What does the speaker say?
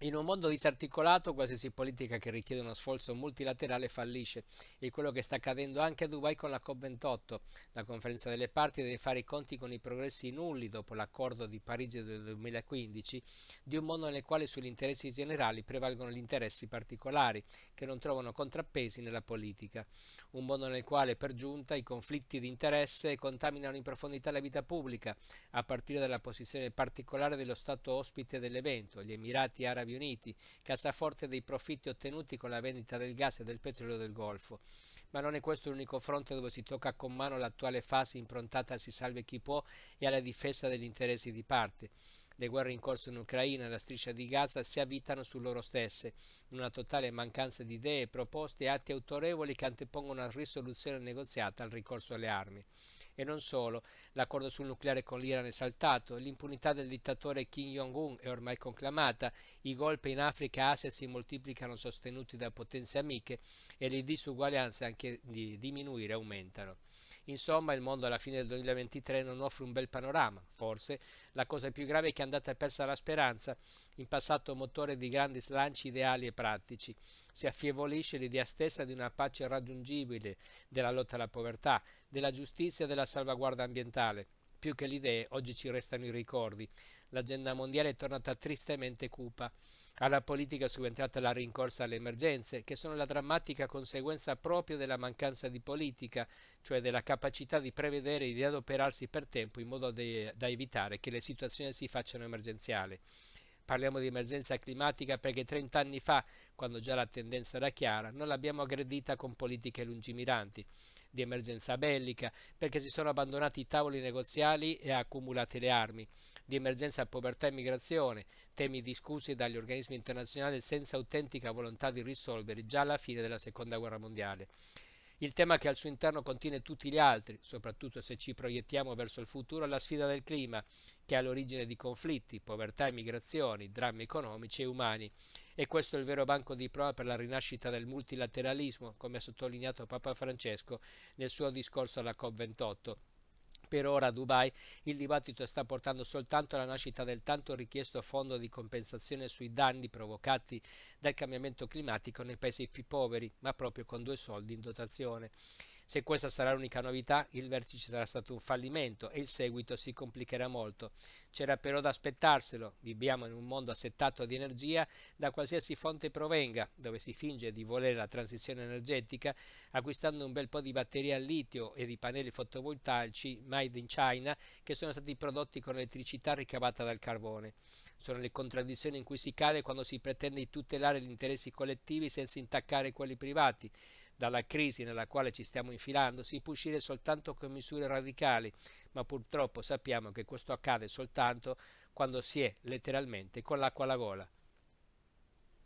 In un mondo disarticolato, qualsiasi politica che richiede uno sforzo multilaterale fallisce. È quello che sta accadendo anche a Dubai con la COP28. La conferenza delle parti deve fare i conti con i progressi nulli dopo l'accordo di Parigi del 2015 di un mondo nel quale sugli interessi generali prevalgono gli interessi particolari che non trovano contrappesi nella politica. Un mondo nel quale per giunta i conflitti di interesse contaminano in profondità la vita pubblica, a partire dalla posizione particolare dello Stato ospite dell'evento, gli Emirati Arabi Uniti, cassaforte dei profitti ottenuti con la vendita del gas e del petrolio del Golfo. Ma non è questo l'unico fronte dove si tocca con mano l'attuale fase improntata al si salve chi può e alla difesa degli interessi di parte. Le guerre in corso in Ucraina e la striscia di Gaza si avvitano su loro stesse, in una totale mancanza di idee, proposte e atti autorevoli che antepongono una risoluzione negoziata al ricorso alle armi. E non solo, l'accordo sul nucleare con l'Iran è saltato, l'impunità del dittatore Kim Jong-un è ormai conclamata, i golpe in Africa e Asia si moltiplicano sostenuti da potenze amiche e le disuguaglianze anche di diminuire aumentano. Insomma, il mondo alla fine del 2023 non offre un bel panorama. Forse la cosa più grave è che è andata persa la speranza, in passato motore di grandi slanci ideali e pratici. Si affievolisce l'idea stessa di una pace raggiungibile, della lotta alla povertà, della giustizia e della salvaguardia ambientale. Più che le idee, oggi ci restano i ricordi. L'agenda mondiale è tornata tristemente cupa. Alla politica è subentrata la rincorsa alle emergenze, che sono la drammatica conseguenza proprio della mancanza di politica, cioè della capacità di prevedere e di adoperarsi per tempo in modo da evitare che le situazioni si facciano emergenziali. Parliamo di emergenza climatica perché 30 anni fa, quando già la tendenza era chiara, non l'abbiamo aggredita con politiche lungimiranti. Di emergenza bellica perché si sono abbandonati i tavoli negoziali e accumulate le armi. Di emergenza povertà e migrazione, temi discussi dagli organismi internazionali senza autentica volontà di risolverli già alla fine della seconda guerra mondiale. Il tema che al suo interno contiene tutti gli altri, soprattutto se ci proiettiamo verso il futuro, è la sfida del clima, che è all'origine di conflitti, povertà e migrazioni, drammi economici e umani. E questo è il vero banco di prova per la rinascita del multilateralismo, come ha sottolineato Papa Francesco nel suo discorso alla COP28. Per ora a Dubai il dibattito sta portando soltanto alla nascita del tanto richiesto fondo di compensazione sui danni provocati dal cambiamento climatico nei paesi più poveri, ma proprio con due soldi in dotazione. Se questa sarà l'unica novità, il vertice sarà stato un fallimento e il seguito si complicherà molto. C'era però da aspettarselo, viviamo in un mondo assettato di energia da qualsiasi fonte provenga, dove si finge di volere la transizione energetica, acquistando un bel po' di batterie al litio e di pannelli fotovoltaici made in China che sono stati prodotti con elettricità ricavata dal carbone. Sono le contraddizioni in cui si cade quando si pretende di tutelare gli interessi collettivi senza intaccare quelli privati. Dalla crisi nella quale ci stiamo infilando si può uscire soltanto con misure radicali, ma purtroppo sappiamo che questo accade soltanto quando si è letteralmente con l'acqua alla gola.